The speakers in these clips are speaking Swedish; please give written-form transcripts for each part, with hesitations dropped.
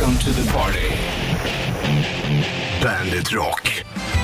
Welcome to the party. Bandit Rock.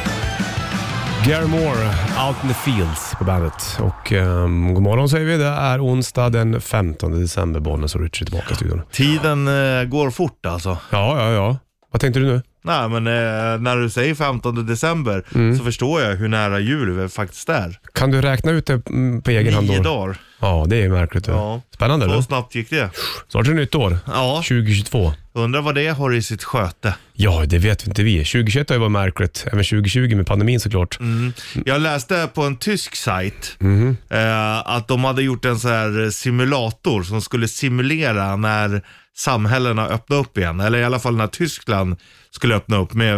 Gary Moore, Out in the Fields på bandet. Och god morgon säger vi, det är onsdag den 15 december. Bollnäs och Richard tillbaka i studion. Tiden går fort alltså. Ja. Vad tänkte du nu? Nej, men när du säger 15 december så förstår jag hur nära jul vi faktiskt är. Kan du räkna ut det på egen hand då? 9 dagar. Ja, det är märkligt. Ja. Spännande, Så eller? snabbt gick det. Snart är det nytt år. Ja. 2022. Undrar vad det har i sitt sköte. Ja, det vet vi inte vi. 2021 har ju varit märkligt. Även 2020 med pandemin såklart. Jag läste på en tysk sajt att de hade gjort en så här simulator som skulle simulera när samhällena öppnar upp igen. Eller i alla fall när Tyskland skulle öppna upp med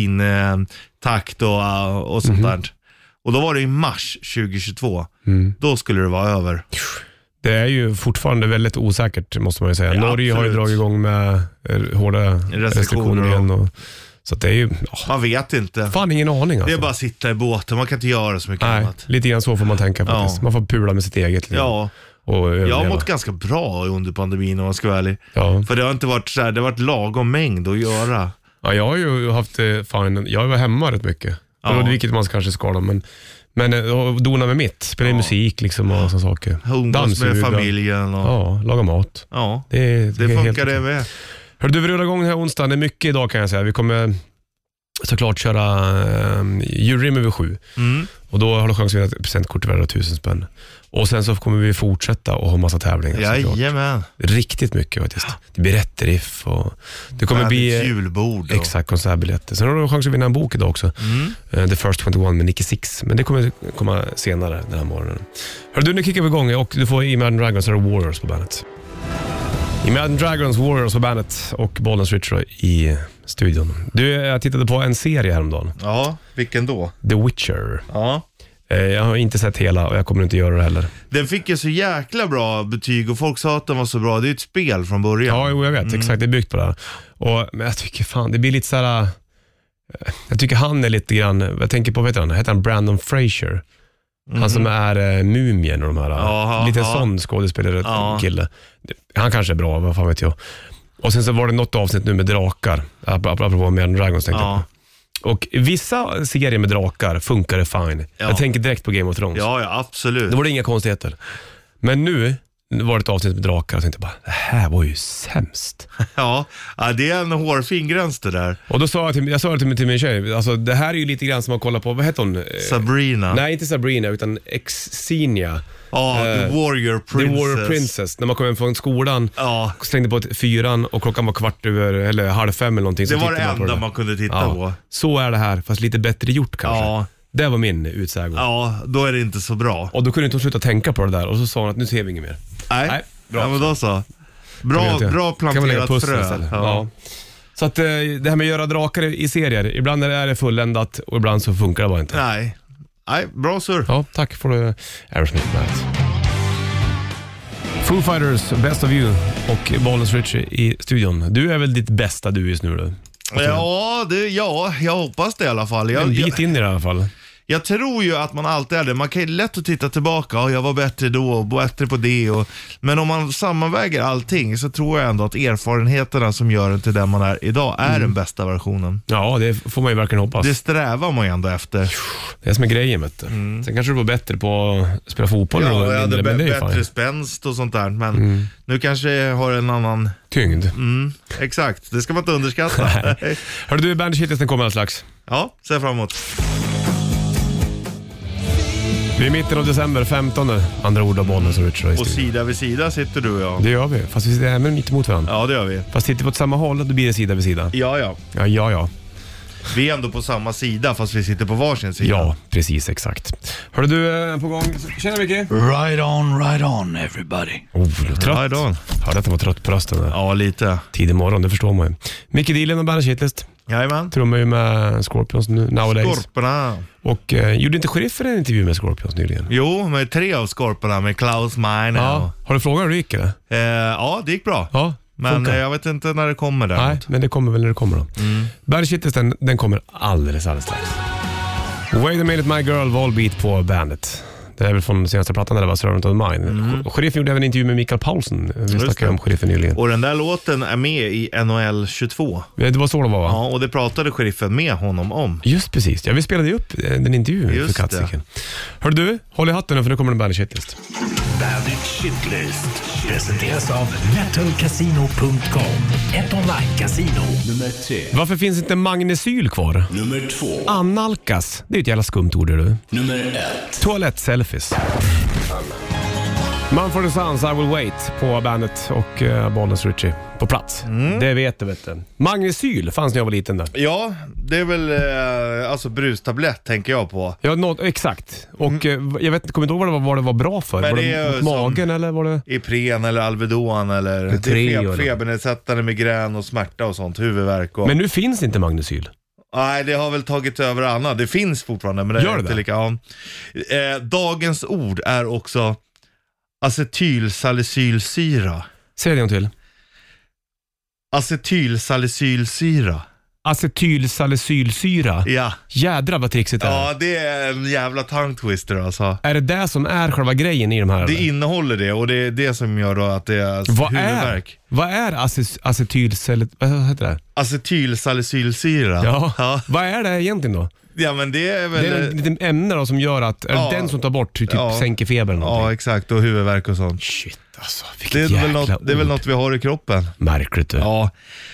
vaccintakt och sånt där. Och då var det i mars 2022. Då skulle det vara över. Det är ju fortfarande väldigt osäkert, måste man ju säga. Ja, Norge har ju dragit igång med hårda restriktioner igen. Och, så att det är ju... Man vet inte. Fan, ingen aning alltså. Det är bara att sitta i båten, man kan inte göra så mycket Nej, annat. lite grann så får man tänka faktiskt. Ja. Man får pula med sitt eget liv. Ja. Och Jag har mått ganska bra under pandemin om man ska vara ärlig. Ja. För det har inte varit så här, det har varit lagom mängd att göra. Ja, jag har ju haft jag var hemma rätt mycket. Ja. Vilket man kanske ska då, men dona med mitt, spela i musik liksom och sådana saker. Umgås med familjen och... Ja, laga mat. Ja, det är funkar helt det med. Hörru du, vi rullar igång den här onsdagen. Det är mycket idag kan jag säga. Vi kommer såklart köra julrim över 7. Och då har du chans att vinna ett presentkort värda 1000 spänn. Och sen så kommer vi fortsätta och ha massa tävlingar. Jajamän. Riktigt mycket faktiskt. Det blir rätt riff och det kommer bli julbord. Och... Exakt, konsertbiljetter. Sen har du chans att vinna en bok idag också. The First 21 med Nicky Six. Men det kommer komma senare den här morgonen. Hörru du, nu kickar vi igång och du får Imagine Dragons och Warriors på bandet. Imagine Dragons, Warriors på bandet och Bollnäs Richard i studion. Du, jag tittade på en serie häromdagen. Ja, vilken då? The Witcher. Ja. Jag har inte sett hela och jag kommer inte göra det heller. Den fick ju så jäkla bra betyg och folk sa att den var så bra. Det är ju ett spel från början. Ja, jag vet. Exakt, det är byggt på det här. Men jag tycker fan, det blir lite så här. Jag tycker han är lite grann, jag tänker på, heter han Brandon Fraser? Han som är Mumien och de här. Lite sån skådespelare kille. Han kanske är bra, vad fan vet jag. Och sen så var det något avsnitt nu med drakar. Apropå med Dragons tänkte jag på. Och vissa serier med drakar funkar det fine. Ja. Jag tänker direkt på Game of Thrones. Ja, absolut. Det var det inga konstigheter. Men nu var det ett avsnitt med drakar och tänkte bara, det här var ju sämst. Ja, det är en hårfin gräns det där. Och då sa jag sa det till min tjej, alltså det här är ju lite grann som att kolla på, vad heter hon? Sabrina. Nej, inte Sabrina utan Xenia. Ja, The Warrior Princess. The Warrior Princess. När man kom hem från skolan, slängde på 4 och klockan var 4:15 eller 4:30 eller någonting. Det var det enda man kunde titta på. Så är det här, fast lite bättre gjort kanske. Ja. Det var min utsägelse. Ja, då är det inte så bra. Och då kunde inte hon sluta tänka på det där. Och så sa hon att nu ser vi inget mer. Nej, bra. Ja, men då så. Bra planterat frö. Ja. Så att det här med att göra drakar i serier, ibland är det fulländat och ibland så funkar det bara inte. Nej, bra sur. Ja, tack för det. Aerosmith med. Foo Fighters, Best of You och Bollnäs Richie i studion. Du är väl ditt bästa du just nu då? Ja, jag hoppas det i alla fall. En bit in i det i alla fall. Jag tror ju att man alltid är det. Man kan ju lätt att titta tillbaka. Jag var bättre då och bättre på det. Men om man sammanväger allting så tror jag ändå att erfarenheterna som gör en till den man är idag är den bästa versionen. Ja, det får man ju verkligen hoppas. Det strävar man ju ändå efter. Det är som är grejen, vet du. Sen kanske du var bättre på att spela fotboll. Ja, jag hade men det är bättre spänst och sånt där. Men nu kanske jag har en annan tyngd. Exakt, det ska man inte underskatta. Hörru du, Bandit Shitlisten kommer alldeles strax. Ja, ser fram emot. Vi är i mitten av december, 15. Andra ord av Bollnäs och Richard. Och sida vid sida sitter du och jag. Det gör vi, fast vi sitter även mitt emot varandra. Ja, det gör vi. Fast sitter vi på samma håll, då blir det sida vid sida. Ja. Vi är ändå på samma sida fast vi sitter på varsin sida. Ja, precis, exakt. Hörru du, på gång. Tjena Micke. Right on everybody. Trött. Right on. Hörde att jag var trött på rösten där. Ja, lite. Tidig morgon, det förstår man ju. Micke Dilen och Bandit Shitlist. Jajamän. Trummar ju med Scorpions nu, nowadays. Skorporna. Och gjorde inte sheriffen en intervju med Scorpions nyligen? Jo, med 3 av Skorporna med Klaus Meine. Ja. Har du frågat hur det gick eller? Ja, det gick bra. Ja. Men jag vet inte när det kommer där. Nej, men det kommer väl när det kommer då. Bandit Shitlist, den kommer alldeles strax. Wait a minute my girl, Volbeat på Bandit. Det är väl från senaste plattan där det var Servant of Mine. Sheriffen gjorde även en intervju med Mikael Paulsen. Vi snackade om Sheriffen nyligen. Och den där låten är med i NHL 22. Det var så det var, va? Ja, och det pratade Sheriffen med honom om. Just precis. Ja, vi spelade ju upp den intervjun Just för Katsiken. Hör du, håll i hatten nu för nu kommer en Bandit Shitlist. Bandit Shitlist presenteras av metalcasino.com. Ett online-casino. Nummer 3. Varför finns inte magnesyl kvar? Nummer 2. Analkas. Det är ett jävla skumt ord, är du. Nummer 1. Toalett-selfies. Manfred & Sons, I Will Wait på bandet och Bollnäs Ritchie på plats. Det vet du. Magnesyl fanns när jag var liten där. Ja, det är väl alltså brustablett tänker jag på. Ja, exakt. Och jag vet, kommer inte ihåg vad det var bra för. Men var det är mot magen eller var det? Ipren eller Alvedon eller det är febernedsättande migrän och smärta och sånt, huvudvärk och... Men nu finns inte magnesyl. Nej, det har väl tagit över annat. Det finns fortfarande, men det är inte lika... Ja. Dagens ord är också acetylsalicylsyra. Säg det en till. Acetylsalicylsyra. Acetylsalicylsyra. Ja. Jädra vad trixigt är. Ja, det är en jävla tongue twister alltså. Är det som är själva grejen i de här? Det innehåller det och det är det som gör då att det är huvudvärk. Vad är acetylsalicylsyra? Ja. Vad är det egentligen då? Ja, men det är väl... Det är en liten ämne då som gör att... Är det den som tar bort, typ sänker febern? Ja, exakt. Och huvudvärk och sånt. Shit alltså, det är väl något vi har i kroppen. Märkligt du. Ja.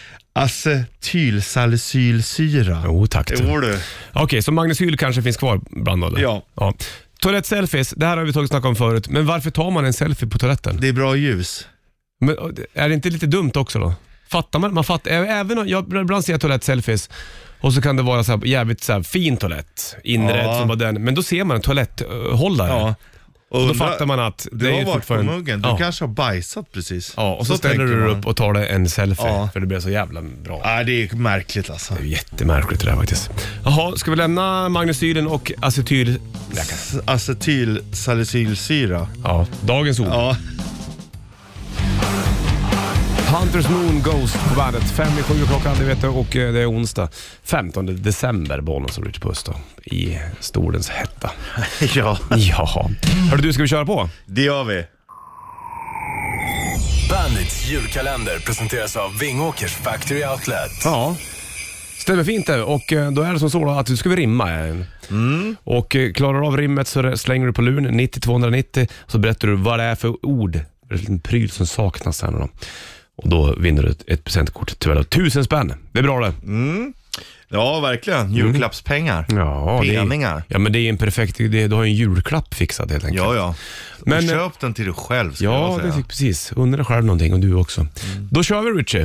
Acetylsalicylsyra. Tack du. Okej, så magnesyl kanske finns kvar bland annat. Ja. Toalett-selfies, det här har vi tagit snackat om förut. Men varför tar man en selfie på toaletten? Det är bra ljus. Men är det inte lite dumt också då? Fattar man fattar, även om jag ibland ser toalett-selfies och så kan det vara så här jävligt så här fin toalett inredd som var den, men då ser man en toaletthållare. Ja. Och då fattar man att det är fortfarande muggen. Du kanske har bajsat precis. Ja, och så ställer du upp och tar dig en selfie för det blir så jävla bra. Ja, det är märkligt alltså. Det är jättemärkligt det där faktiskt. Jaha, ska vi lämna magnesylen och acetylsalicylsyra? Ja, dagens ord. Ja. Hunters Moon Ghost på bandet 5:07 klockan, det vet du, och det är onsdag 15 december, Bollnäs och Ritchie Puss då, i stolens hetta. Ja. Hörru du, ska vi köra på? Det gör vi. Bandits julkalender presenteras av Vingåkers Factory Outlet. Ja, stämmer fint det. Och då är det som så då att du ska vi rimma. Och klarar av rimmet så slänger du på luren 90-290 så berättar du vad det är för ord. Det är en pryl som saknas här nu då. Och då vinner du ett presentkort till 1000 spänn. Det är bra det. Ja, verkligen. Julklappspengar. Ja, peningar. Ja, men det är en perfekt... Du har en julklapp fixad helt enkelt. Ja. Men köp den till dig själv. Ja, det fick precis. Undra dig själv någonting och du också. Då kör vi, Richie.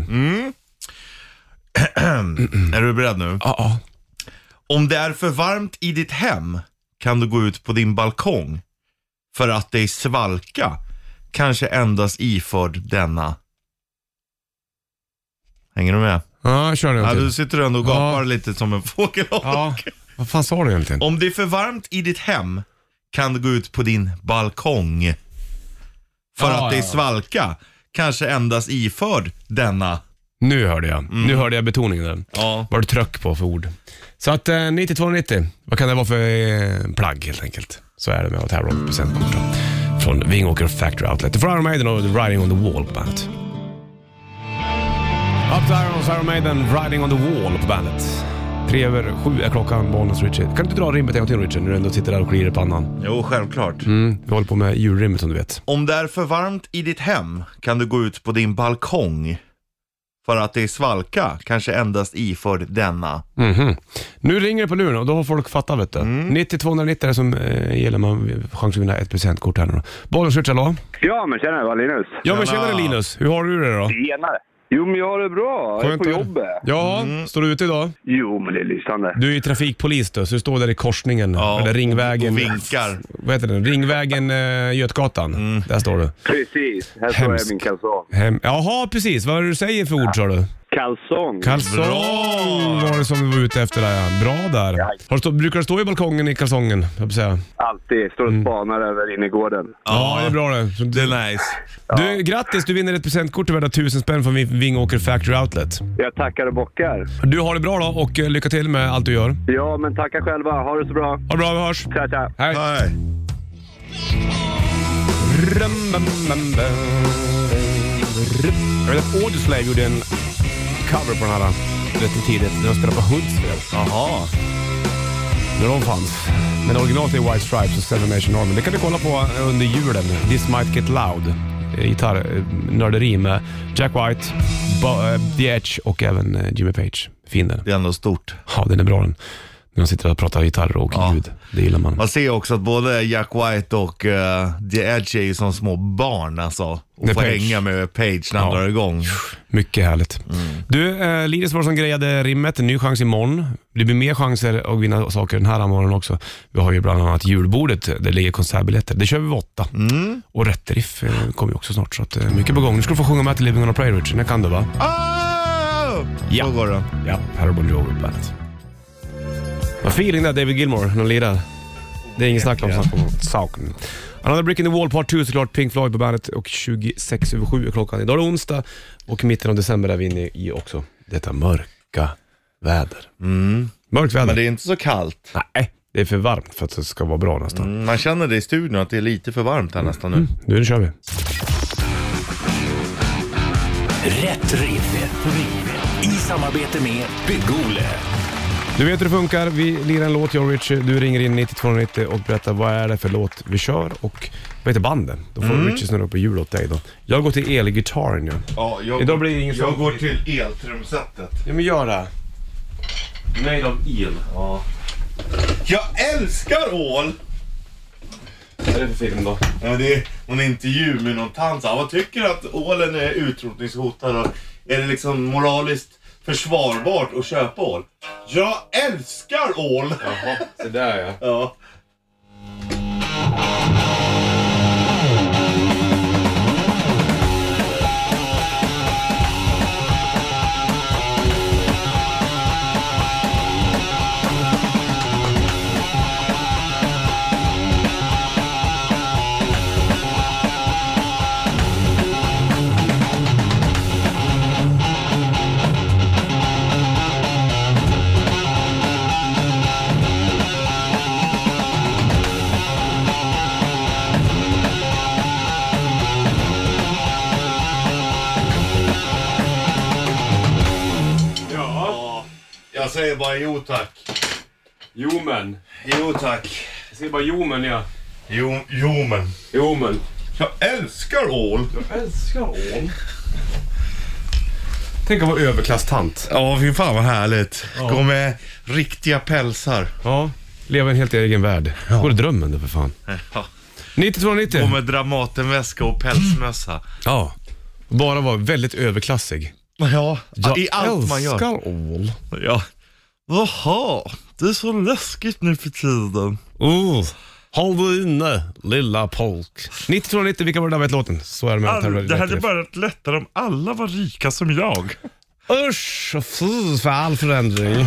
Är du beredd nu? Ja. Om det är för varmt i ditt hem kan du gå ut på din balkong för att dig svalka. Kanske endast iförd denna. Hänger du med? Ja, kör det. Du sitter ändå och gapar lite som en fågel. Ja, vad fan sa du egentligen? Om det är för varmt i ditt hem kan du gå ut på din balkong för att dig svalka. Kanske endast iförd denna. Nu hörde jag. Nu hörde jag betoningen där. Ja. Vad du tryck på för ord. Så att 9290, vad kan det vara för plagg helt enkelt? Så är det med att tävla om presentkort från Vingåker Factory Outlet. For Iron Maiden och Riding on the Wall på bandet. Up to Iron Maiden, Riding on the Wall på bandet. 7:03 är klockan, Bollnäs Ritchie. Kan du inte dra rimmet en gång till, Richie, när du ändå sitter där och kliar i pannan? Jo, självklart. Vi håller på med julrimmet som du vet. Om det är för varmt i ditt hem kan du gå ut på din balkong för att det är svalka. Kanske endast iförd denna. Nu ringer det på luren och då har folk fattat, vet du. 90-290 är det som gäller, man chans att vinna ett presentkort här nu då. Bollnäs Ritchie, hallå? Ja, men tjena, det var Linus. Ja, men tjena Linus. Hur har du det då? Tjenare. Jo, men jag har det bra. Jag är på jobbet. Ja, står du ute idag? Jo, men det är lysande. Du är trafikpolis då, så du står där i korsningen. Eller Ringvägen. Och vinkar. Vad heter det? Ringvägen Götgatan. Där står du. Precis, här står jag min kalsong. Jaha, precis. Vad är det du säger för ord, sa du? Kalsong. Kalsong var det som du var ute efter där, ja. Bra där. Ja. Brukar du stå i balkongen i kalsongen? Jag Alltid. Står och spanar över innergården. Ja, det är bra det. Det är nice. Du, grattis, du vinner ett presentkort värda 1000 spänn från Vingåker Factory Outlet. Jag tackar och bockar. Du har det bra då och lycka till med allt du gör. Ja, men tacka själva. Ha det så bra. Ha det bra, vi hörs. Tja. Hej. Jag vet att Audioslave gjorde en cover på den här rätt tidigt. När de spelade på Hultsfred. Jaha. När de fanns. Men originalet är White Stripes och Seven Nation Army. Det kan du kolla på under julen. This Might Get Loud. Gitarrnörderi med Jack White, The Edge och även Jimmy Page. Fin den. Det är ändå stort. Ja, den är bra den. När de sitter och pratar gitarr och ljud. Det gillar man. Man ser också att både Jack White och The Edge är ju som små barn alltså. Och får hänga med Page när han drar igång. Mycket härligt. Du, Linus var som grejade rimmet. En ny chans imorgon. Det blir mer chanser att vinna saker den här morgonen också. Vi har ju bland annat julbordet. Det ligger konsertbiljetter. Det kör vi 8. Och rätt riff kommer ju också snart. Så att, mycket på gång. Nu ska du få sjunga med till Living on a Prayer, Richard. Det kan du, va? Ja. Så går det. Ja, här är Bon Jovi på bandet. Vad feeling där David Gilmour när han lirar. Det är ingen snack om saken. Another Brick in the Wall Part 2 såklart, Pink Floyd på bandet. Och 26:07 klockan. Idag är det onsdag och mitten av december är vi inne i också detta mörka väder. Mörkt väder. Men det är inte så kallt. Nej, det är för varmt för att det ska vara bra nästan. Man känner det i studion att det är lite för varmt här nästan nu. Nu kör vi. Rätt riff. I samarbete med Bygg-Ole. Du vet hur det funkar. Vi lirar en låt, jag och Richie. Du ringer in 9290 och berättar vad är det för låt vi kör och vad heter banden. Då får Richie snurra upp en jul åt dig då. Jag går till elgitarren nu. Ja, Idag blir det ingen jag går till eltrumsetet. Ja, men gör det. Made of el. Ja. Jag älskar ål! Vad är det för film då? Ja, det är en intervju med någon tant. Vad tycker du att ålen är utrotningshotad? Och är det liksom moraliskt försvarbart att köpa ål? Jag älskar ål! Jaha, så där ja. Ja. Jag säger bara jo tack. Jo men. Jo tack. Jag säger bara jo men ja. Jo men. Jo men. Jag älskar ål. Jag älskar ål. Tänk att vara överklasstant. Ja, fy fan vad härligt. Ja. Gå med riktiga pälsar. Ja, leva en helt egen värld. Ja. Går det drömmen då för fan. Ja. 9290. Gå med Dramatenväska och pälsmössa. Ja. Bara vara väldigt överklassig. Ja, Jag i allt man gör. älskar ål. Ja. Jaha, det är så läskigt nu för tiden. Håll du inne, lilla polk. 9290, vilka var det där vet låten? Så är det med Det hade bara varit lättare om alla var rika som jag. Usch, fy för all förändring.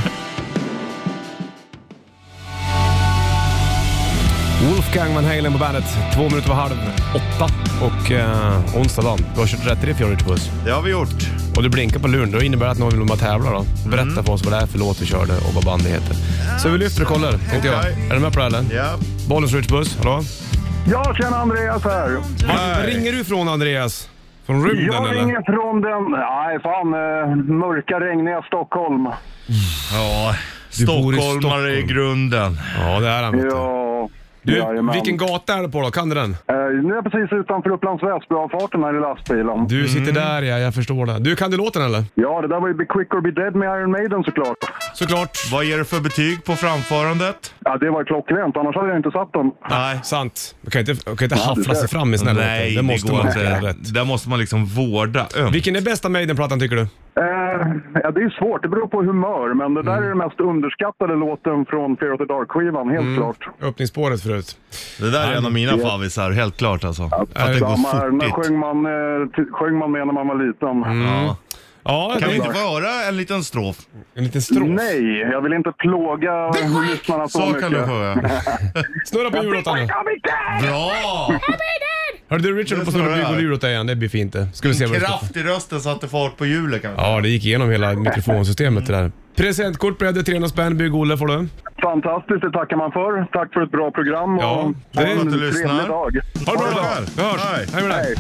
Wolfgang Van Halen på bandet. 2 minuter var 7:30 och onsdag dagen. Du har kört rätt i det, Fjorritbuss. Det har vi gjort. Och du blinkar på luren, då innebär det att någon vill bara tävla då. Berätta för oss vad det är för låt vi körde och vad bandet heter. Så vi lyfter och kollar, tänkte jag. Är du med på det eller? Ja. Bollens Richbuss, hallå? Ja, tjena Andreas här. Var ringer du från, Andreas? Från rymden Jag eller? ringer från den, nej fan, mörka regniga Stockholm. Ja, Du bor i stockholmare i Stockholm. grunden. Ja, det är han. Vet du. Ja, Du, jajamän. vilken gata är det på då? Kan du den? Nu är jag precis utanför Upplands Väsby-avfarten här i lastbilen. Du sitter där, ja, jag förstår det. Du, kan du låten eller? Ja, det där var ju Be Quick or Be Dead med Iron Maiden såklart. Såklart. Vad ger du för betyg på framförandet? Ja, det var klockrent, annars hade jag inte satt den. Nej. Sant. Man kan inte haffla sig fram i snälla Nej, låten. Det måste man spela inte. rätt. Där måste man liksom vårda ömt. Vilken är bästa Maiden-plattan tycker du? Ja, det är svårt, det beror på humör, men det där är den mest underskattade låten från Fear of the Dark-skivan, helt klart. Öppningsspåret förut. Det där är en av mina favvisar, helt klart alltså. Att det går Samma här, när furtigt. sjöng man med när man var liten. Ja. Ja, Kan vi det inte få höra en liten strof? en liten strof. Nej, jag vill inte plåga lyssnarna så Så mycket. kan du få höra. Snurra på jullåtan nu. Bra! Hörru du, Richard, på snurra på jullåtan igen. Det blir fint det. Ska vi se vad det ska. Kraft i rösten satte fart på hjulet kan vi Ja, det gick igenom hela mikrofonsystemet det där. Presentkort blev det 300 spänn. Bygg-Olle får du. Fantastiskt, det tackar man för. Tack för ett bra program Ja, och det är en att du trevlig lyssnar. dag. Ha det bra då. Vi hörs. Hej med dig.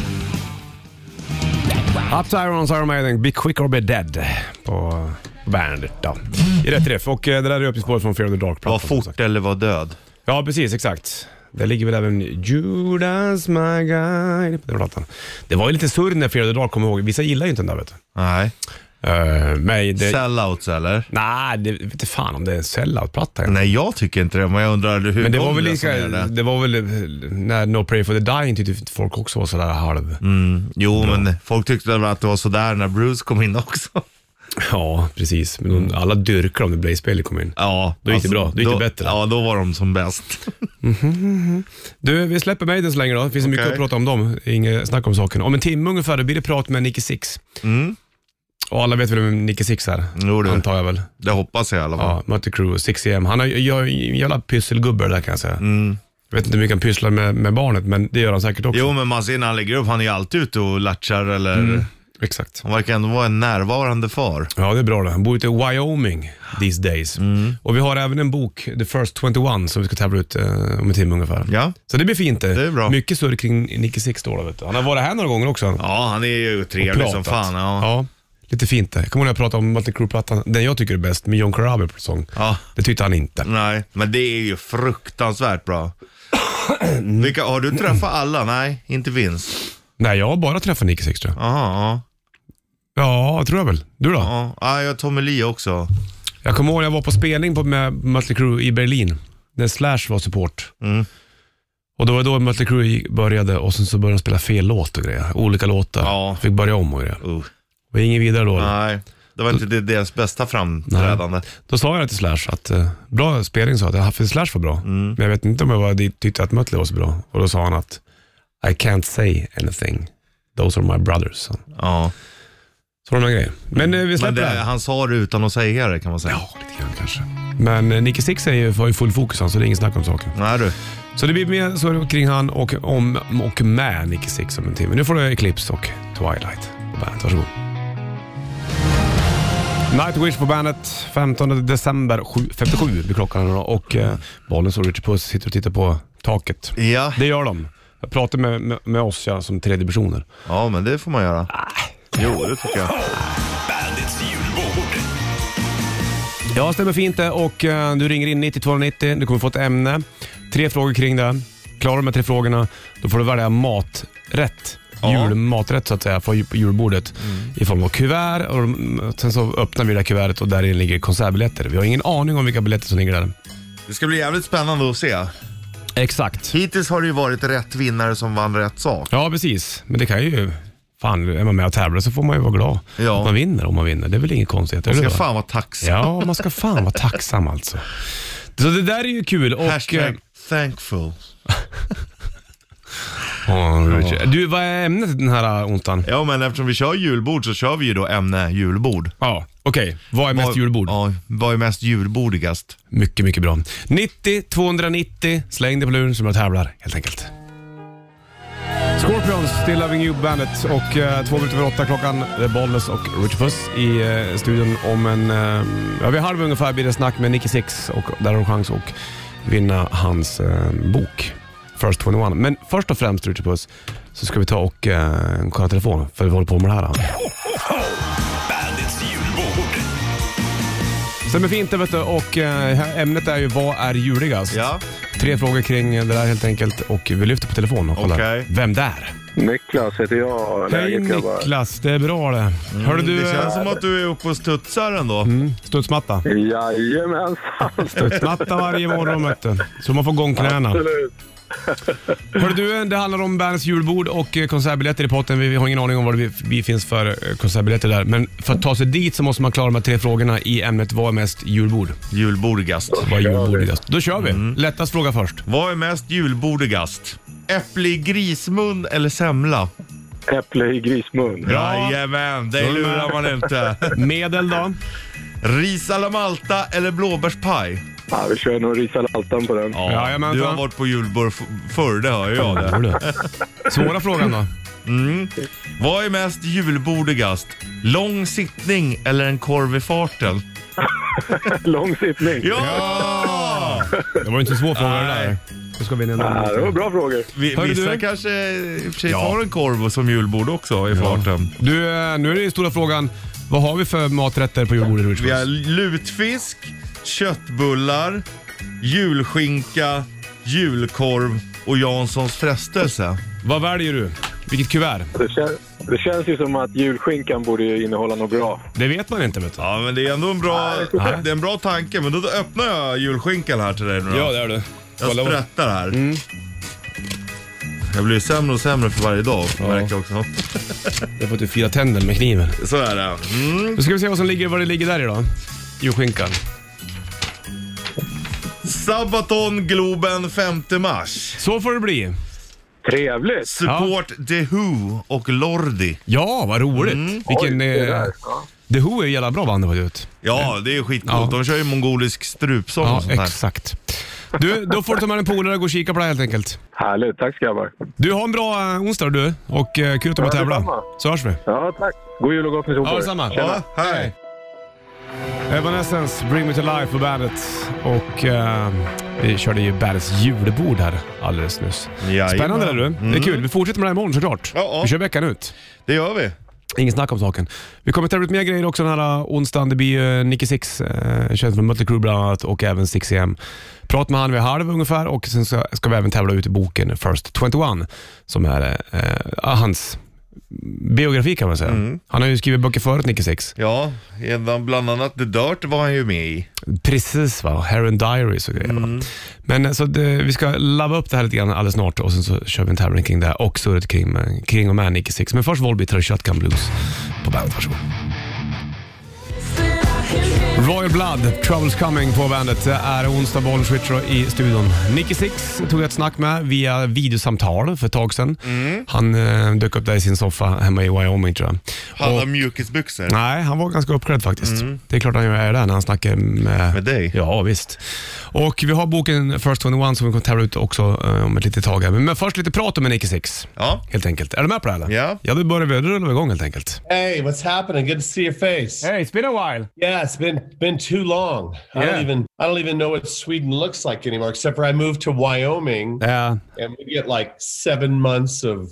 Up to Irons, Iron Maiden, Be Quick or Be Dead på bandet då. I rätt träff. Och det där är uppspåret från Fear of the Dark. Var fort eller var död. Ja, precis, exakt. Det ligger väl även Judas my guide på den plattan. Det var ju lite surr när Fear of the Dark, kommer ihåg. Vissa gillar ju inte den där, vet du. Nej. Sellouts eller? Nej, det vet inte fan om det är en sellout-platta. Nej, jag tycker inte det, men jag undrar hur. Men det var väl det var väl när No Pray for the Dying tyckte folk också var sådär halv. Jo, men folk tyckte att det var sådär när Bruce kom in också. Ja, precis. Men alla dyrkar om det Blaze Bayley kom in. Ja, Då gick det bra, då gick det bättre. Ja, då var de som bäst. Du, vi släpper Maiden så länge då. Det finns mycket Okej. att prata om dem. Inget snack om saken. Om en timme ungefär, då blir det prat med Nicky Six. Och alla vet väl vem Nicky Six är? Jo, det. Antar jag väl. Det hoppas jag i alla fall. Ja, Mötley Crüe, 6am. Han gör en jävla pysselgubbar där, kan jag säga. Jag vet inte hur mycket han pysslar med barnet, men det gör han säkert också. Jo, men man ser när han lägger upp, han är ju alltid ute och latchar eller... Exakt. Han verkar ändå vara en närvarande far. Ja, det är bra det. Han bor ute i Wyoming these days. Och vi har även en bok, The First 21, som vi ska tävla ut om en timme ungefär. Ja. Så det blir fint det. Det är bra. Mycket surr kring Nicky Six då, vet du. Han har varit här några gånger också. Ja, han är ju trevlig som fan. Ja. Lite fint det. Jag kommer ihåg när jag pratade om Mötley Crüe-plattan. Den jag tycker är bäst, med John Corabi på sång. Ja. Det tyckte han inte. Nej, men det är ju fruktansvärt bra. Har du träffat alla? Nej, inte Vince. Nej, jag har bara träffat Nicky Six, tror jag. Aha, Ja, tror jag väl. Du då? ja. Jag har Tommy Lee också. Jag kommer ihåg när jag var på spelning med Mötley Crüe i Berlin. När Slash var support. Och då var det då Mötley Crüe började, och sen så började de spela fel låt och grejer. Olika låtar. Ja. Fick börja om och grejer. Och ingen vidare då. Nej, det var inte deras bästa framträdande. Då sa jag till Slash att bra spelning, sa att för Slash var bra. Men jag vet inte om jag var dit, tyckte att Mötley var så bra. Och då sa han att I can't say anything. Those are my brothers. Så. Ja. Sådana grejer. Men vi släpper det. Han sa det utan att säga det, kan man säga. Ja, lite grann kanske. Men Nicky Six har ju full fokus, så det är ingen snack om saken. Nej du. Så det blir mer så kring han och med Nicky Six om en timme. Nu får du Eclipse och Twilight på bandet. Varsågod. Nightwish på bandet 15 december 7:57 blir klockan då, och Bollnäs och Richard Puss sitter och tittar på taket. Ja. Det gör de. Jag pratar med oss som tredje personer. Ja, men det får man göra. Jo, det tycker jag. Bandits julbord. Ja, stämmer fint det. Och du ringer in 9290. Du kommer få ett ämne. 3 frågor kring det. Klarar du med 3 frågorna, då får du välja maträtt. Julmaträtt så att säga, på julbordet i form av kuvert, och sen så öppnar vi det här kuvertet och där ligger konsertbiljetter. Vi har ingen aning om vilka biljetter som ligger där. Det ska bli jävligt spännande att se. Exakt. Hittills har det ju varit rätt vinnare som vann rätt sak. Ja, precis. Men det kan ju... Fan, är man med och tävlar så får man ju vara glad att man vinner om man vinner. Det är väl inget konstigt. Man ska fan vara tacksam. Ja, man ska fan vara tacksam alltså. Så det där är ju kul. Och Hashtag thankful. Du, vad är ämnet den här onsdagen? Ja, men eftersom vi kör julbord så kör vi ju då ämne julbord. Ja, okej. Vad är mest julbord? Ja, vad är mest julbordigast? Mycket, mycket bra. 90-290, släng det på luren som jag tävlar, helt enkelt. Scorpions, Still Loving You Bandet, och 2 minuter över 8 klockan. Det är Bollnäs och Richard Puss i studion. Om en vid halv ungefär blir det snack med Nicky Six, och där har du chans att vinna hans bok First 21. Men först och främst, Richard Puss, så ska vi ta och kolla telefon, för vi håller på med det här. Bandits julbord. Stämmer fint det, vet du. Och ämnet är ju, vad är juligast? Ja. 3 frågor kring det där helt enkelt, och vi lyfter på telefon och kollar. Okej. Vem där? Niklas heter jag. Hej Niklas, det är bra det. Hörde du, Det känns som att du är uppe och studsar ändå. studsmatta. Jajamensan. Studsmatta varje morgon, vet du. Så man får igång knäna. Absolut. Hörde du, det handlar om bandets julbord och konsertbiljetter i potten. Vi har ingen aning om vad vi finns för konsertbiljetter där. Men för att ta sig dit så måste man klara de här 3 frågorna i ämnet vad är mest julbord. Julbordigast. Vad är julbordigast? Då kör vi. Lättast fråga först. Vad är mest julbordigast? Äpple i grismun eller semla? Äpple i grismun. Jajamän, det lurar man inte. Medel då? Ris alla Malta eller blåbärspaj? Ja, vi kör nog risalaltan på den. Jajamän, du så. har varit på julbord förr, det hör jag det. Svåra frågan då? Vad är mest julbordigast? Lång sittning eller en korv i farten? Lång sittning. Ja! Det var inte så svår fråga det där. Då ska vi Det var bra frågor. Vissa kanske i och för sig har en korv som julbord också i farten. Du, nu är det stora frågan. Vad har vi för maträtter på julbordet? Vi har lutfisk, köttbullar, julskinka, julkorv och Janssons frestelse. Vad väljer du? Vilket kuvert? Det känns ju som att julskinkan borde ju innehålla något bra. Det vet man inte, vet du. Ja, men det är ändå en bra, det är en bra tanke. Men då öppnar jag julskinkan här till dig nu då. Ja, det är du. Jag sprättar här. Jag blir sämre och sämre för varje dag, märker jag också. Jag får typ 4 tänder med kniven. Så är det. Då ska vi se vad det ligger där idag. Julskinkan. Sabaton Globen 5 mars. Så får det bli. Trevligt. Support The Who och Lordi. Ja, vad roligt. Vilken... The Who är jävla bra band det var ut. Ja, det är skitcoolt. De kör ju mongolisk strupsång och sånt här. Exakt. Du, då får du ta med en polare och gå och kika på det helt enkelt. Härligt, tack grabbar. Du, har en bra onsdag du. Och kul att du tävla. Så hörs vi. Ja, tack. God jul och gott med Ja, detsamma. Ja, hej. Evanescence, Bring Me To Life på bandet. Och vi körde ju bandets julbord här alldeles nyss. Jajamän. Spännande du. Det är kul. Vi fortsätter med det här imorgon såklart. Ja. Vi kör veckan ut. Det gör vi. Ingen snack om saken. Vi kommer ta ut mer grejer också den här onsdagen. Det blir ju Nicky Six, känd från Mötley Crüe bland annat, och även 6am. Prata med han vid halv ungefär, och sen ska vi även tävla ut i boken First 21 som är hans biografi kan man säga. Han har ju skrivit böcker förut, Nicky Six. Ja, bland annat The Dirt var han ju med i. Precis va, Heron Diaries och grejer. Men så vi ska ladda upp det här lite grann alldeles snart, och sen så kör vi en tävling kring det här och surret kring och med Nicky Six. Men först Volbeat och Shotgun Blues på bandet, varsågod. Royal Blood, Troubles Coming på bandet. Det är onsdag, Bollenswitcher i studion. Nicky Six tog ett snack med via videosamtal för ett tag sedan. Han dök upp där i sin soffa hemma i Wyoming, tror jag. Han har mjukisbyxor. Nej, han var ganska uppklädd faktiskt. Det är klart han är där när han snackar med dig. Ja, visst. Och vi har boken First 21 som vi kommer ta ut också om ett litet tag här. Men först lite prat om Nicky Six. Ja. Helt enkelt. Är du med på det eller? Ja. Ja, då börjar vi rulla igång helt enkelt. Hey, what's happening? Good to see your face. Hey, it's been a while. Yeah, it's been too long. Yeah. I don't even know what Sweden looks like anymore, except for I moved to Wyoming. Yeah. And we get like 7 months of,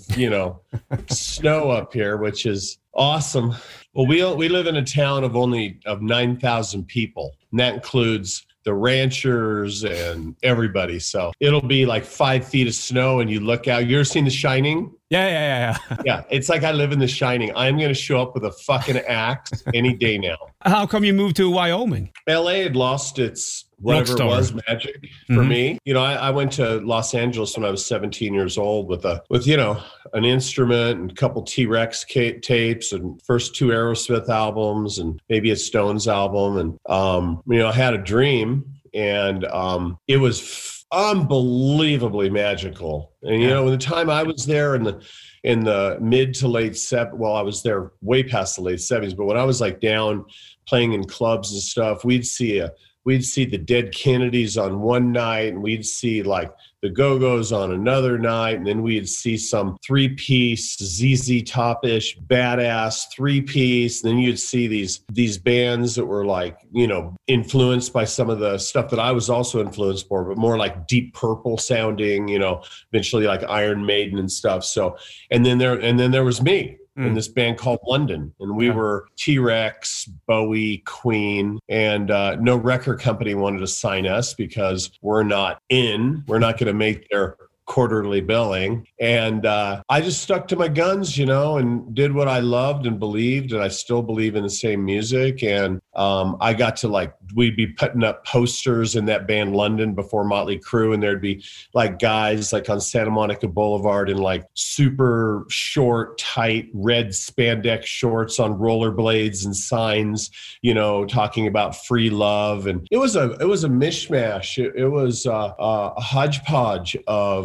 snow up here, which is awesome. Well, we live in a town of 9,000 people, and that includes the ranchers and everybody. So it'll be like 5 feet of snow, and you look out. You ever seen The Shining? Yeah. Yeah, it's like I live in The Shining. I'm going to show up with a fucking axe any day now. How come you moved to Wyoming? LA had lost its whatever it was magic for me. I went to Los Angeles when I was 17 years old with an instrument and a couple T-Rex tapes and first 2 Aerosmith albums and maybe a Stones album. And, I had a dream, and it was unbelievably magical. And, in the time I was there in the mid to late I was there way past the late 70s, but when I was like down playing in clubs and stuff, we'd see the Dead Kennedys on one night, and we'd see like the Go-Go's on another night, and then we'd see some 3-piece ZZ Top-ish badass 3-piece, and then you'd see these bands that were like, influenced by some of the stuff that I was also influenced by, but more like Deep Purple sounding, eventually like Iron Maiden and stuff. So, and then there was me. In this band called London, and we were T-Rex, Bowie, Queen, and no record company wanted to sign us because we're not going to make their quarterly billing. And I just stuck to my guns, and did what I loved and believed, and I still believe in the same music. And I got to we'd be putting up posters in that band London before Motley Crue, and there'd be like guys like on Santa Monica Boulevard in like super short, tight red spandex shorts on rollerblades and signs, talking about free love. And it was a mishmash. It was a hodgepodge of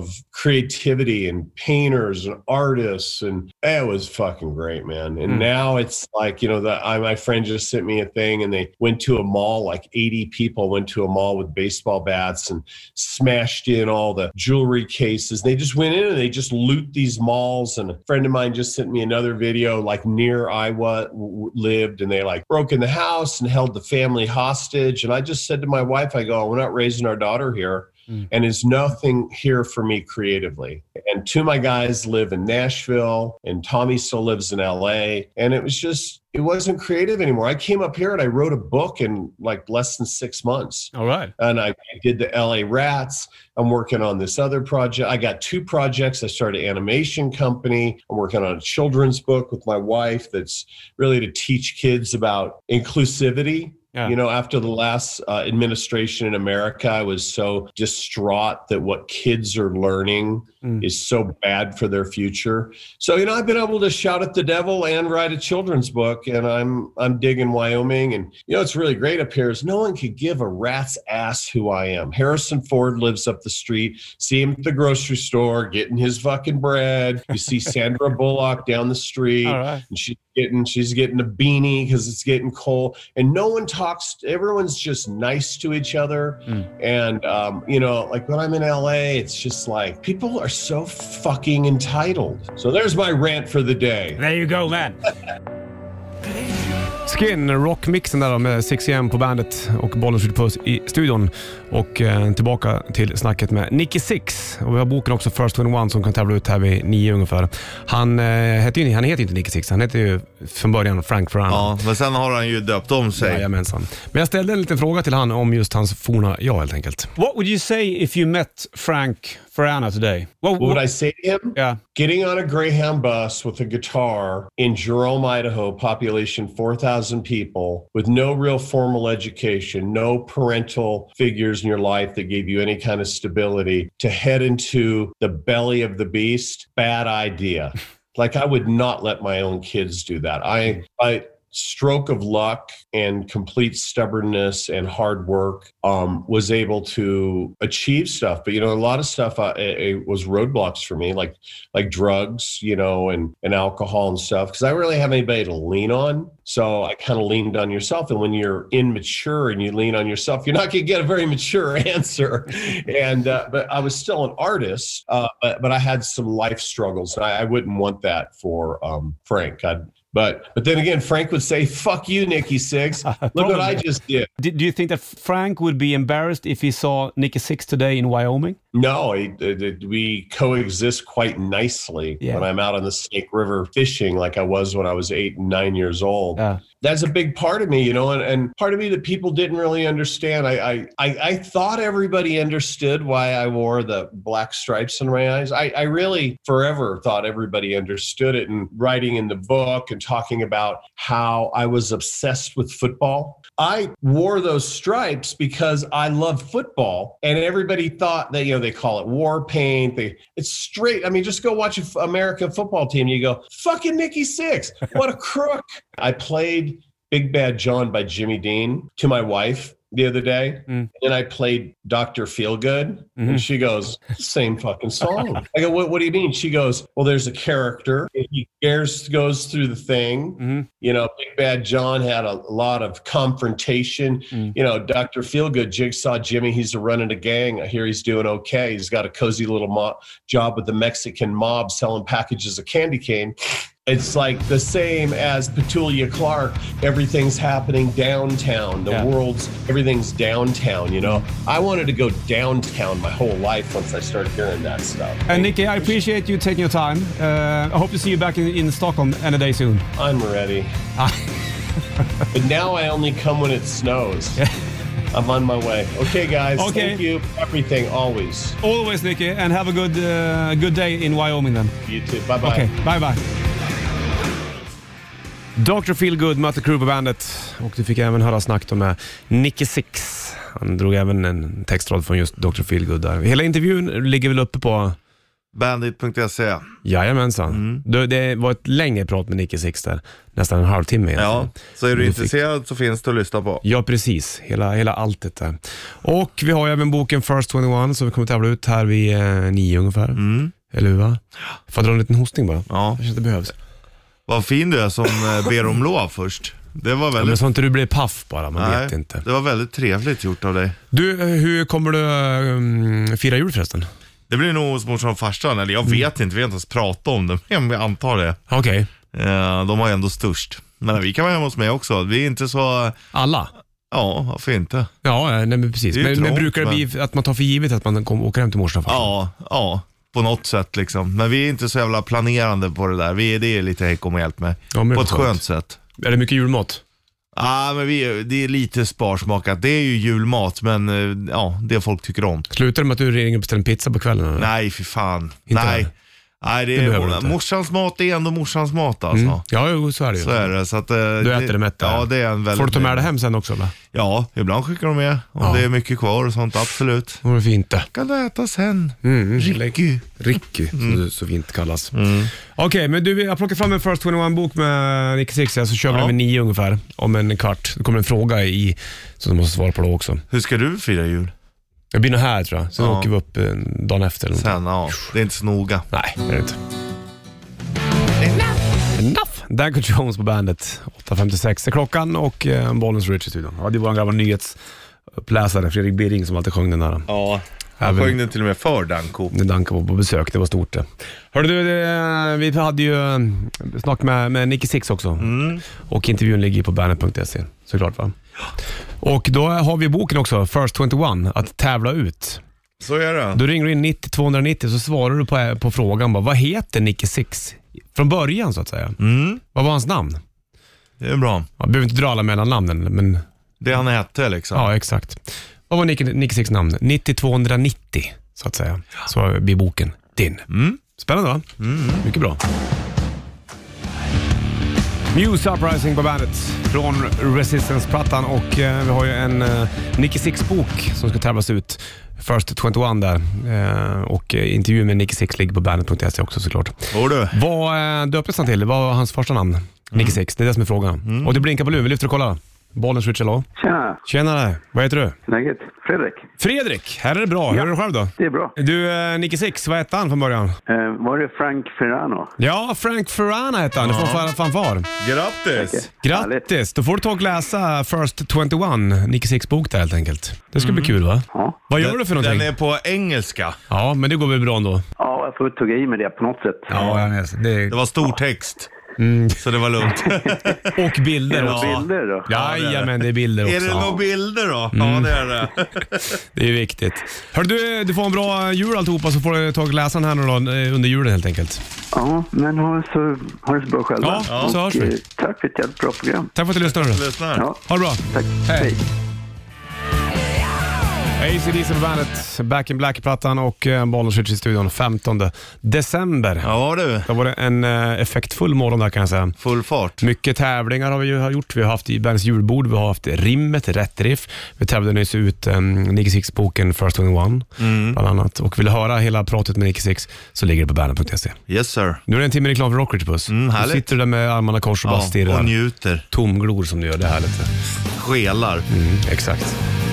creativity and painters and artists, and it was fucking great, man. And now it's like, my friend just sent me a thing, and they went to a mall, like 80 people went to a mall with baseball bats and smashed in all the jewelry cases. They just went in and they just loot these malls. And a friend of mine just sent me another video, like near I lived, and they like broke in the house and held the family hostage. And I just said to my wife, I go, we're not raising our daughter here. And there's nothing here for me creatively. And two of my guys live in Nashville, and Tommy still lives in LA. And it wasn't creative anymore. I came up here and I wrote a book in like less than 6 months. All right. And I did the LA Rats. I'm working on this other project. I got 2 projects. I started an animation company. I'm working on a children's book with my wife that's really to teach kids about inclusivity. Yeah. After the last administration in America, I was so distraught that what kids are learning is so bad for their future. So, I've been able to shout at the devil and write a children's book, and I'm digging Wyoming. And, it's really great up here is no one could give a rat's ass who I am. Harrison Ford lives up the street. See him at the grocery store getting his fucking bread. You see Sandra Bullock down the street, and she's getting a beanie because it's getting cold, and no one talks. Everyone's just nice to each other. And like when I'm in LA, it's just like people are so fucking entitled. So there's my rant for the day. There you go, man. Skin, rockmixen där med 6am på bandet och bollen skjuter puss i studion. Och tillbaka till snacket med Nicky Six. Och vi har boken också First 21 som kan tävla ut här vid 9 ungefär. Han heter ju inte Nicky Six, han heter ju från början Frank Ferrana. Ja, men sen har han ju döpt om sig. Jajamensan. Men jag ställde en liten fråga till han om just hans forna helt enkelt. What would you say if you met Frank Ferrana today? What would I say to him? Yeah. Getting on a Greyhound bus with a guitar in Jerome, Idaho, population 4,000 people, with no real formal education, no parental figures in your life that gave you any kind of stability, to head into the belly of the beast, bad idea. Like, I would not let my own kids do that. I stroke of luck and complete stubbornness and hard work was able to achieve stuff. But, a lot of stuff it was roadblocks for me, like drugs, and alcohol and stuff, because I don't really have anybody to lean on. So I kind of leaned on yourself. And when you're immature and you lean on yourself, you're not going to get a very mature answer. And but I was still an artist, but I had some life struggles. I wouldn't want that for Frank. But then again, Frank would say, "Fuck you, Nicky Six. Look what I just did." Do you think that Frank would be embarrassed if he saw Nicky Six today in Wyoming? No, we coexist quite nicely when I'm out on the Snake River fishing, like I was when I was 8 and 9 years old. That's a big part of me, and part of me that people didn't really understand. I thought everybody understood why I wore the black stripes in my eyes. I really forever thought everybody understood it, and writing in the book and talking about how I was obsessed with football. I wore those stripes because I love football, and everybody thought that, they call it war paint. It's straight. I mean, just go watch an American football team. You go, fucking Nicky Six. What a crook. I played Big Bad John by Jimmy Dean to my wife the other day. And I played Dr. Feelgood. And she goes, same fucking song. I go, what do you mean? She goes, well, there's a character. He goes through the thing. Big Bad John had a lot of confrontation. Dr. Feelgood, Jigsaw Jimmy, he's running a gang. I hear he's doing okay. He's got a cozy little job with the Mexican mob selling packages of candy cane. It's like the same as Petulia Clark. Everything's happening downtown. Everything's downtown, I wanted to go downtown my whole life once I started hearing that stuff. And Nicky, I appreciate you taking your time. I hope to see you back in Stockholm any day soon. I'm ready. But now I only come when it snows. I'm on my way. Okay, guys. Okay. Thank you for everything, always. Always, Nicky. And have a good day in Wyoming then. You too. Bye-bye. Okay, bye-bye. Dr. Feelgood mötte crew på bandet, och du fick även höra snack med Nicky Six. Han drog även en textrad från just Dr. Feelgood där. Hela intervjun ligger väl uppe på Bandit.se. Jajamensan. Det var ett längre prat med Nicky Six där. Nästan en halvtimme egentligen. Ja, så är du intresserad så finns det att lyssna på. Ja, precis. Hela alltet där. Och vi har ju även boken First 21 som vi kommer tävla ut här vid 9 ungefär. Eller hur, va? Får dra en liten hostning bara. Ja. Kanske inte behövs. Vad fin du är som ber om lov först. Det var väldigt... Men så inte du blir paff bara, man vet inte. Det var väldigt trevligt gjort av dig. Du, hur kommer du fira jul förresten? Det blir nog hos morsan och farsan, eller jag vet inte, vi har inte ens pratat om det, men jag antar det. Okej. De har ändå störst. Men vi kan vara hemma hos mig också, vi är inte så... Alla? Ja, varför inte? Ja, nej, men precis. Men brukar det bli att man tar för givet att man åker hem till morsan och farsan? Ja, på något sätt liksom. Men vi är inte så jävla planerande på det där. Det är lite heck om hjälp med. Ja, på ett skönt sätt. Är det mycket julmat? Ja, men det är lite sparsmakat. Det är ju julmat, men det folk tycker om. Slutar det med att du ringer och beställer en pizza på kvällen? Eller? Nej, för fan. Inte Nej. det? Nej, det är morsans mat är ändå morsans mat alltså. Ja, så är det ju. Så är det. Så att, du äter det mätt där. Ja, det är en väldigt... Får du ta med det hem sen också, eller? Ja, ibland skickar de med. Om det är mycket kvar och sånt, absolut. Det är fint det. Kan du äta sen? Ricky. Så fint kallas. Okej, men du, jag plockar fram en First 21-bok med Nicky Six, så kör vi den vid 9 ungefär. Om en kvart. Det kommer en fråga i som du måste svara på då också. Hur ska du fira jul? Jag blir nog här, tror jag. Sen åker vi upp dagen efter. Eller sen, det är inte så noga. Nej, det är det inte. Enough! Danko Jones på bandet. 8.56 är klockan och Bollens Rich i studion. Ja, det var en grabbar nyhetsuppläsare, Fredrik Birring, som alltid sjöng den där. Ja, han sjöng den till och med för Danko. Danko var på besök, det var stort det. Hörde du, vi hade ju snack med Nicky Six också. Och intervjun ligger på bandet.se, såklart, va? Och då har vi boken också, First 21, att tävla ut. Så är det. Då ringer du in 90-290 så svarar du på frågan bara, vad heter Nicky Six från början så att säga? Vad var hans namn? Det är bra. Jag behöver inte dra alla mellannamnen, men... Det han hette liksom. Ja, exakt. Vad var Nicky Six namn? 90-290 så att säga. Så blir boken din. Spännande, va? Mycket bra. Muse Uprising på bandet från Resistance-plattan, och vi har ju en Nicky Six-bok som ska tävlas ut, First 21 där, och intervju med Nicky Six ligger på bandet.se också såklart. Vad döptes han till? Vad var hans första namn? Nicky Six, det är det som är frågan. Och det blinkar på luren, vi lyfter och kollar. Bollen switch, hallå? Tjena, vad heter du? Läget? Fredrik, här är det bra. Hur är det själv då? Det är bra. Du, Nicky Six, vad hette han från början? Var det Frank Ferrano? Ja, Frank Ferrano hette han. Du får fanfar. Grattis! Grattis! Då får du ta och läsa First 21, Nicky Six bok där helt enkelt. Det ska bli kul, va? Ja. Vad gör du för någonting? Den är på engelska. Ja, men det går väl bra ändå? Ja, jag får tugga i med det på något sätt. Ja, det var stor text. Så det var lugnt. Och bilder också. Bilder då? Ja, men det är bilder också. Är det några bilder då? Ja, det är det. Det är viktigt. Hör du får en bra jul alltihopa, så får du ta och läsa den här nu då, under julen helt enkelt. Ja, men ha det så bra själva. Ja, så hörs vi. Tack för ett jävligt bra program. Tack för att du lyssnar. Ja. Ha det bra. Tack. Hej. AC/DC på bandet, Back in Black-plattan, och Bollens Switch i studion 15 december. Ja du. Då var det en effektfull morgon där, kan jag säga. Full fart. Mycket tävlingar har vi ju gjort. Vi har haft i Bands julbord, vi har haft rimmet, rätt riff. Vi tävlade nyss ut Nicky Six-boken First 21 bland annat. Och vill höra hela pratet med Nicky Six så ligger det på bandet.se. Yes sir. Nu är det en timme reklam för Rockridge Puss. Du sitter där med armarna kors och bara stirrar. Och njuter. Tomglor som du gör, det är härligt. Skelar. Exakt.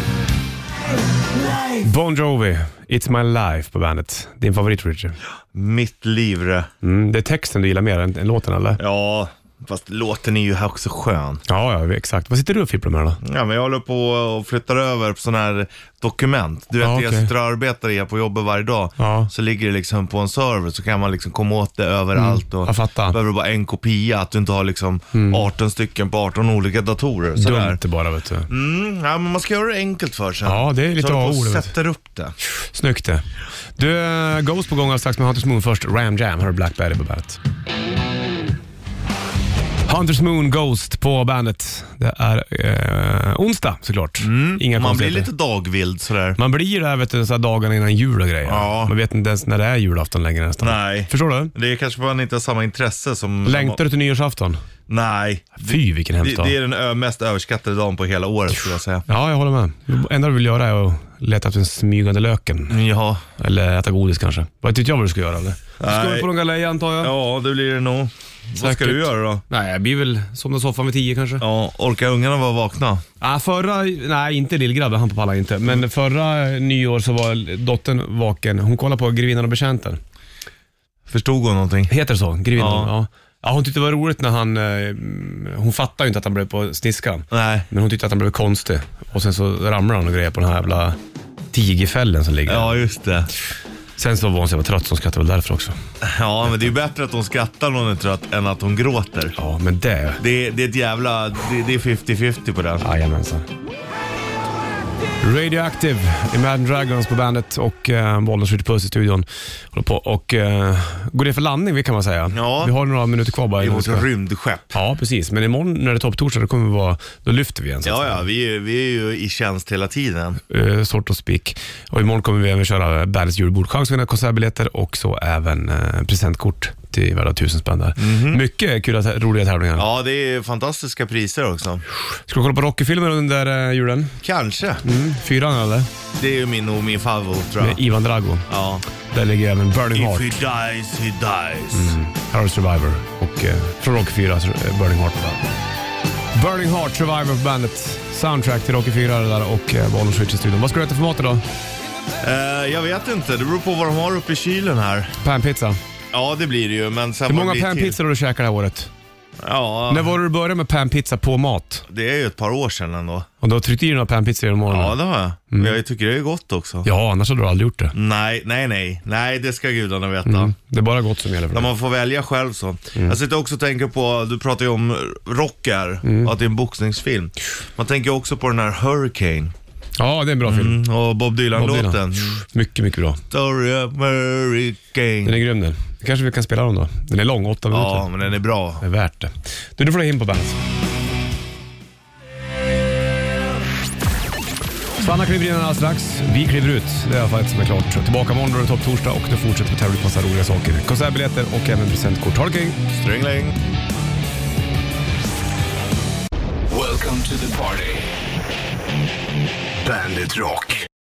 Bon Jovi, It's My Life på bandet. Din favorit, Richard? Mitt livre. Det är texten du gillar mer än låten, eller? Ja, fast låten är ju här också skön. Ja, exakt. Vad sitter du och fipplar med då? Ja, men jag håller på och flyttar över på sådana här dokument. Du vet, jag sitter och arbetar i på jobbet varje dag. Ja. Så ligger det liksom på en server, så kan man liksom komma åt det överallt. Och jag fattar. Behöver bara en kopia, att du inte har liksom 18 stycken på 18 olika datorer. Dumt det bara, vet du. Ja, men man ska göra det enkelt för sig. Ja, det är lite A-ord. Så sätter upp det. Snyggt det. Du, Ghost på gång alldeles strax med Hunters Moon först. Ram Jam, har du Blackberry på bandet. Hunters Moon, Ghost på bandet. Det är onsdag såklart. Inga man blir lite dagvild sådär. Man blir där, vet du, så dagarna innan jul och grejer. Ja. Man vet inte ens när det är julafton längre nästan. Nej. Förstår du? Det är kanske för att man inte har samma intresse som... Längtar du till nyårsafton? Nej. Fy, vilken hemsk dag. Det är den mest överskattade dagen på hela året, skulle jag säga. Ja, jag håller med. Det enda du vill göra är att leta efter den smygande löken. Ja. Eller äta godis kanske. Vad tycker jag vad du ska göra? Eller? Ska du på någon galej antar jag? Ja, det blir det nog. Vad ska du göra då? Nej, jag blir väl somna soffan vid 10 kanske. Ja, orkar ungarna vara vakna? Nej, inte lillgrabben, han på pallar inte. Men förra nyår så var dottern vaken. Hon kollade på Grevinnan och betjänten. Förstod hon någonting? Heter det så? Grevinnan, Ja. Ja, hon tyckte det var roligt när hon fattade ju inte att han blev på sniskan. Nej. Men hon tyckte att han blev konstig. Och sen så ramlade han och grejade på den här jävla tigerfällen som ligger. Ja, just det. Sen så var hon så trött, som skrattade väl därför också. Ja, men det är ju bättre att hon skrattar när hon är trött än att hon gråter. Ja, men det är ett jävla... Det är 50-50 på den. Jajamensan. Radioactive, Imagine Dragons på bandet och Bollnäs Ritchie Puss i studion håller på och går det för landning, kan man säga. Ja. Vi har några minuter kvar bara. Det är vårt rymdskepp. Ja, precis. Men imorgon när det är topptorsdag då lyfter vi igen. Ja, vi är ju i tjänst hela tiden. Sort of speak. Och imorgon kommer vi även köra bandets julbord. Chans att vinna konsertbiljetter och så även presentkort till värda 1000 spänn där. Mycket kul, roliga tävlingar. Ja, det är fantastiska priser också. Ska du kolla på Rocky-filmer under julen? Kanske. 4 eller? Det är ju min favorit, tror jag. Med Ivan Drago. Ja. Där ligger även Burning Heart. If he dies, he dies. Här har du Survivor. Och från Rocky 4 Burning Heart på bandet. Burning Heart, Survivor på bandet. Soundtrack till Rocky 4 där och Bollnäs Ritchie studion. Vad ska du äta för mat idag? Jag vet inte. Det beror på vad de har uppe i kylen här. Panpizza. Ja, det blir det ju. Men sen hur många panpizzor har du käkat det här året? Ja. När var du började med panpizza på mat? Det är ju ett par år sedan ändå. Och du har tryckt i några panpizzor genom morgonen? Ja, det har jag. Men jag tycker det är gott också. Ja, annars hade du aldrig gjort det. Nej, det ska gudarna veta. Det är bara gott som gäller för när det. man får välja själv så. Jag sitter också och tänker på, du pratar ju om Rocker, att det är en boxningsfilm. Man tänker också på den här Hurricane. Ja, det är en bra film. Och Bob Dylan-låten. Mycket, mycket bra. Story of Hurricane. Den är grym den. Kanske vi kan spela den då. Den är lång, 8 minuter. Ja, men den är bra. Det är värt det. Du får dig in på bandet. Svanna kliver in alldeles strax. Vi kliver ut. Det är i alla fall ett som är klart. Tillbaka imorgon då är det topp torsdag och då fortsätter vi tävla på massa roliga saker. Konsertbiljetter och även presentkort. Ha det kring. Stringling. Welcome to the party. Bandit Rock.